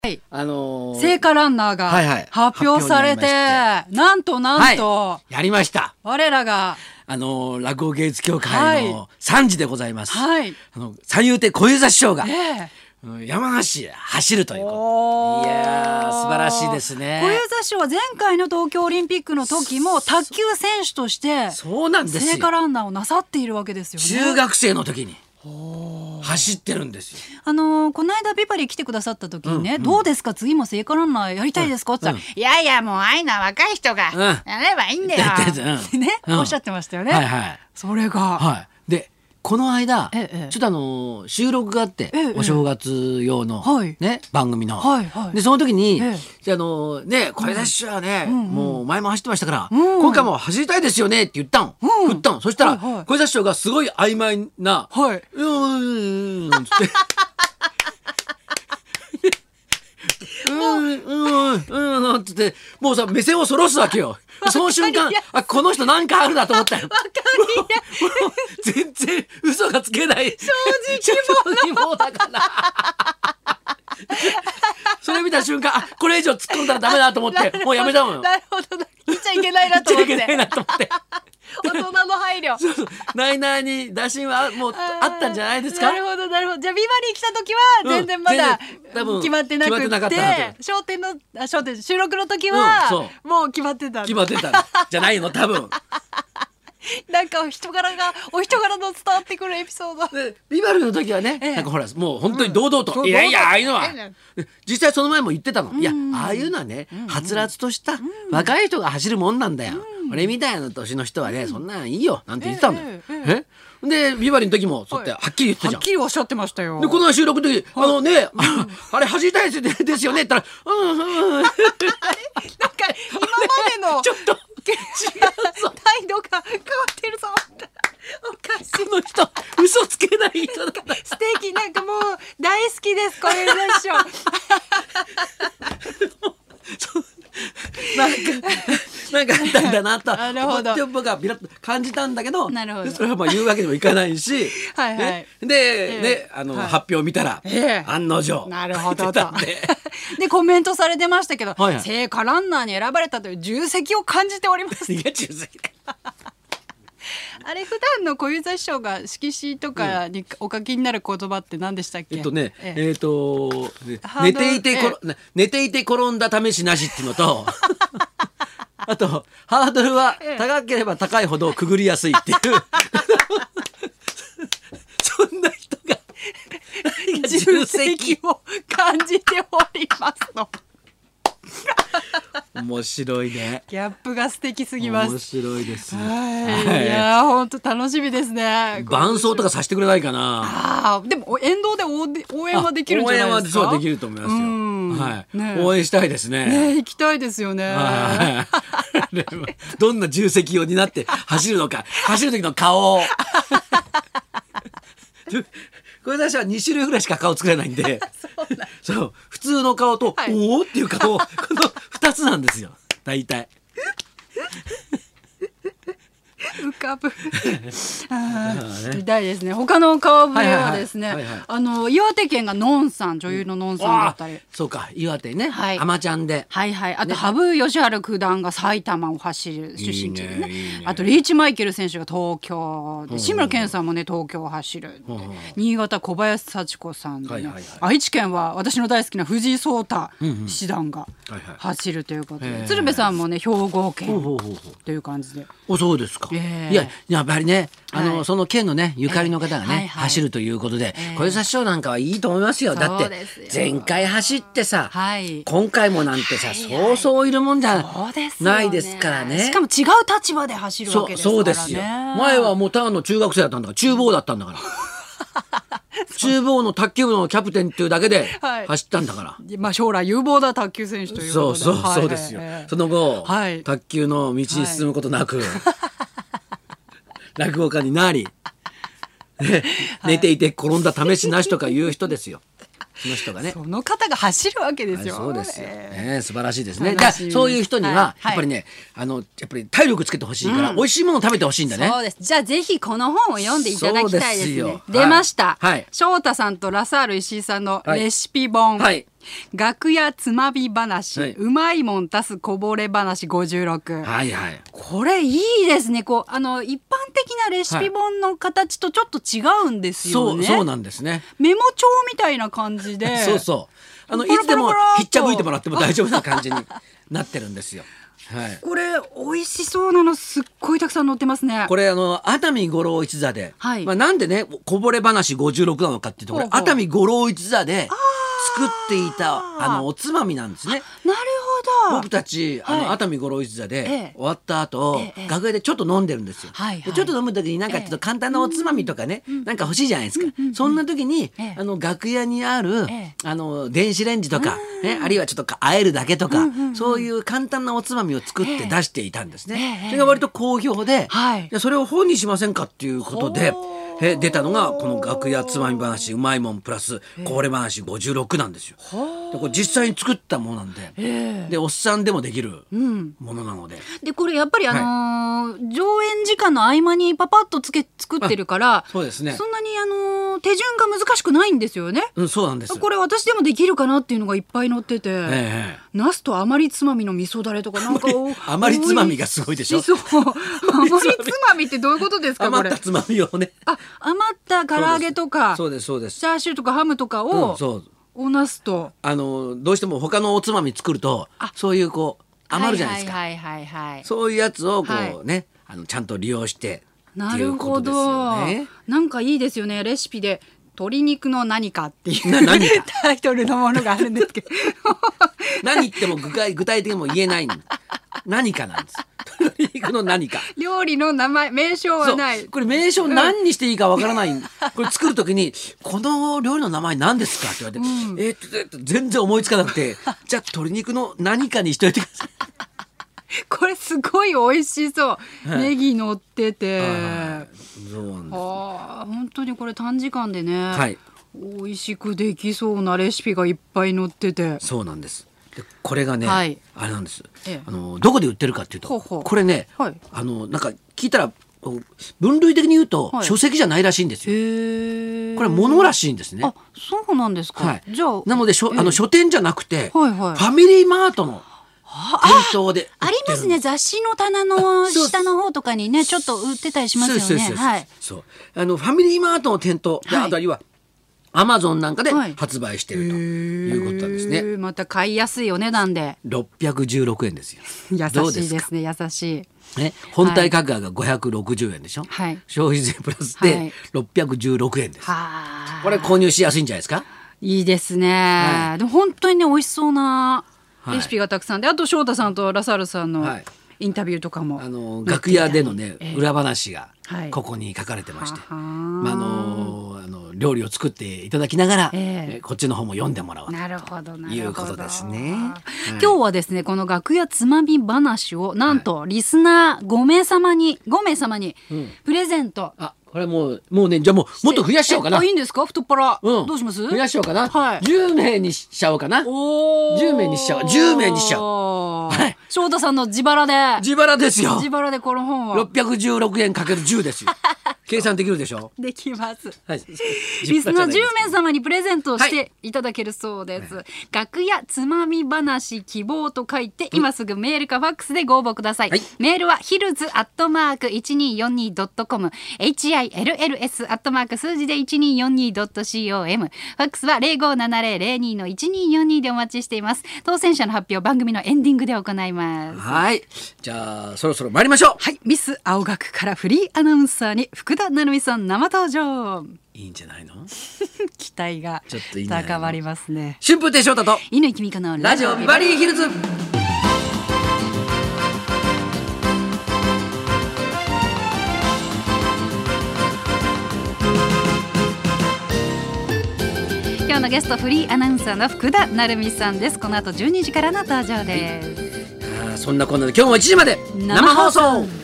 はい、 聖火ランナーが発表されて、なんと、 はい、やりました。 我らが落語芸術協会の参事でございます。はい、三遊亭小遊三師匠が、山梨走るということ。いやー素晴らしいですね。 小遊三師匠は前回の東京オリンピックの時も卓球選手として聖火ランナーをなさっているわけですよね。 中学生の時に走ってるんですよ。 この間ビバリー来てくださった時にね、どうですか次も聖火ランナーやりたいですかって言ったら、いやいやもうああいうのは若い人がやればいいんだよってね、おっしゃってましたよね。それが、 でこの間、ちょっと収録があって、お正月用の、ね、番組の、でその時に、小遊三師匠はね、もう前も走ってましたから、今回も走りたいですよねって言ったの、振ったの。そしたら、小遊三師匠がすごい曖昧な「つってつってもうさ目線をそらすわけよ。その瞬間、あ、この人なんかあるなと思ったよ。全然嘘がつけない正直もうだからそれ見た瞬間、あ、これ以上突っ込んだらダメだと思ってもうやめたもん。 なるほど、言っちゃいけないなと思って大人の配慮。 内々に打診はもうあったんじゃないですか。 なるほどなるほど。じゃあビバリー来た時は全然まだ決まってなくて、笑点の収録の時はもう決まってた。 決まってたじゃないの多分。 なんかお人柄の伝わってくるエピソードで、ビバリーの時はね、なんかほらもう本当に堂々と、いやいやああいうのは実際その前も言ってたの。いやああいうのはね、はつらつとした若い人が走るもんなんだよ。俺みたいな年の人はね、そんなんいいよなんて言ってたんだよ。でビバリーの時もそうやってはっきり言ってたじゃん。 はっきりおっしゃってましたよ。 でこの収録の時あれ走りたいですよねって言ったら、 なんか今までのちょっと態度が変わってるぞ。おかしい。 この人嘘つけない人だった。 素敵。なんかもう大好きです小遊三師匠。 なんかあったんだなと僕はビラッと感じたんだけど、それはまあ言うわけにもいかないしで発表を見たら案の定なるほどとでコメントされてましたけど、聖火ランナーに選ばれたという重責を感じております。 いや重責あれ普段の小遊三師匠が色紙とかにお書きになる言葉って何でしたっけ？ 寝ていて転んだ試しなしっていうのとあとハードルは高ければ高いほどくぐりやすいっていうそんな人が重責を感じておりますの。 面白いね。 ギャップが素敵すぎます。 面白いです。 いや本当楽しみですね。 伴奏とかさせてくれないかな。 でも沿道で応援はできるんじゃないですか。 応援はそうできると思いますよ。応援したいですね。 行きたいですよね。 どんな重責を担って走るのか、走る時の顔を小遊三氏は2種類ぐらいしか顔作れないんでそう普通の顔と、おおっていう顔この2つなんですよ大体。 浮かぶ見たいですね。他の顔ぶれはですね、岩手県がのんさん、女優ののんさんだったり、 そうか岩手ね、あまちゃんで、 あと羽生善治九段が埼玉を走る出身地でね、あとリーチマイケル選手が東京で、志村けんさんもね東京を走る、新潟小林幸子さんでね、愛知県は私の大好きな藤井聡太七段が走るということで、鶴瓶さんもね兵庫県という感じで。 そうですか。いややっぱりねその県のねゆかりの方がね走るということで、小遊三師匠なんかはいいと思いますよ。だって前回走ってさ、今回もなんてさそうそういるもんじゃないですからね。 しかも違う立場で走るわけですからね。 そうですよ。前はもうただの中学生だったんだから、厨房だったんだから厨房の卓球部のキャプテンっていうだけで走ったんだから、 将来有望な卓球選手ということで。 そうですよ。その後卓球の道に進むことなく落語家になり、寝ていて転んだ試しなしとかいう人ですよ。 その人がね。 その方が走るわけですよ。 そうですよ。素晴らしいですね。じゃあそういう人にはやっぱりね、やっぱり体力つけてほしいから美味しいものを食べてほしいんだね。 そうです。じゃあぜひこの本を読んでいただきたいですね。出ました。翔太さんとラサール石井さんのレシピ本。楽屋つまみ話、うまいもん足すこぼれ話56。これいいですね。一般的なレシピ本の形とちょっと違うんですよね。 そうなんですね。 メモ帳みたいな感じで。 そうそう。いつでもひっちゃぶいてもらっても大丈夫な感じになってるんですよ。 これ美味しそうなのすっごいたくさん載ってますね。 これ熱海五郎一座で、なんでねこぼれ話56なのかっていうと、これ熱海五郎一座で作っていたおつまみなんですね。 なるほど。 僕たち熱海五郎一座で終わった後、楽屋でちょっと飲んでるんですよ。でちょっと飲む時になんかちょっと簡単なおつまみとかね、なんか欲しいじゃないですか。そんな時に楽屋にある電子レンジとか、あるいはちょっと和えるだけとか、そういう簡単なおつまみを作って出していたんですね。それが割と好評で、それを本にしませんかっていうことで出たのがこの楽屋つまみ話うまいもんプラスこぼれ話56なんですよ。でこれ実際に作ったものなんで、でおっさんでもできるものなので、 でこれやっぱり上演時間の合間にパパッと作ってるから、 そうですね、 そんなに手順が難しくないんですよね。 そうなんです。 これ私でもできるかなっていうのがいっぱい載ってて、ナスと余りつまみの味噌だれとかなんか余りつまみがすごいでしょ。 そう余りつまみってどういうことですか。 余ったつまみをね、 余った唐揚げとかそうですそうです、 チャーシューとかハムとかをおナスとどうしても他のおつまみ作るとそういう余るじゃないですか。そういうやつをねちゃんと利用してっていうことですよね。 なんかいいですよね。レシピで鶏肉の何かっていうタイトルのものがあるんですけど何言っても具体的にも言えない何かなんです。鶏肉の何か、 料理の名前名称はない。 これ名称何にしていいかわからない、これ作るときにこの料理の名前何ですかって言われて、全然思いつかなくてじゃあ鶏肉の何かにしといてくださいこれすごい美味しそう、ネギ乗ってて、本当にこれ短時間でね、美味しくできそうなレシピがいっぱい載ってて。 そうなんです。でこれがね、あれなんです、どこで売ってるかっていうと、これね、なんか聞いたら分類的に言うと、書籍じゃないらしいんですよ。これ物らしいんですね。 そうなんですか。じゃあなので書店じゃなくて、ファミリーマートの店頭でありますね。雑誌の棚の下の方とかにねちょっと売ってたりしますよね。 そうファミリーマートの店頭で、あたりはアマゾンなんかで発売しているということなんですね。 また買いやすいお値段で 616円ですよ。 優しいですね。優しい。 本体価格が560円でしょ。消費税プラスで616円です。これ購入しやすいんじゃないですか。 いいですね。でも本当にね美味しそうなレシピがたくさんで、あと翔太さんとラサールさんのインタビューとかも、 楽屋でのね裏話がここに書かれてまして、料理を作っていただきながら、こっちの方も読んでもらおうということですね。 今日はですねこの楽屋つまみ話をなんとリスナー5名様にプレゼント、 これもうね、じゃあもっと増やしちゃおうかな。 いいんですか。太っ腹、どうします。 増やしちゃおうかな。10名にしちゃおうかな。10名にしちゃおう。10名にしちゃおう。 翔太さんの自腹で。 自腹ですよ。 自腹でこの本は 616円かける10ですよ。計算できるでしょ。 できます。リスナー10名様にプレゼントをしていただけるそうです。楽屋つまみ話希望と書いて、今すぐメールかファックスでご応募ください。メールはhills@1242.com、hills@ 数字で 1242.com、 ファックスは 057002-1242 でお待ちしています。当選者の発表番組のエンディングで行います。 じゃあそろそろ参りましょう。 ミス青学からフリーアナウンサーに福田成美さん生登場。 いいんじゃないの期待が高まりますね。 春風亭昇太と乾きみかのラジオビバリーヒルズ。 今日のゲストフリーアナウンサーの福田成美さんです。この後12時からの登場です。 そんなこんなで今日も1時まで生放送。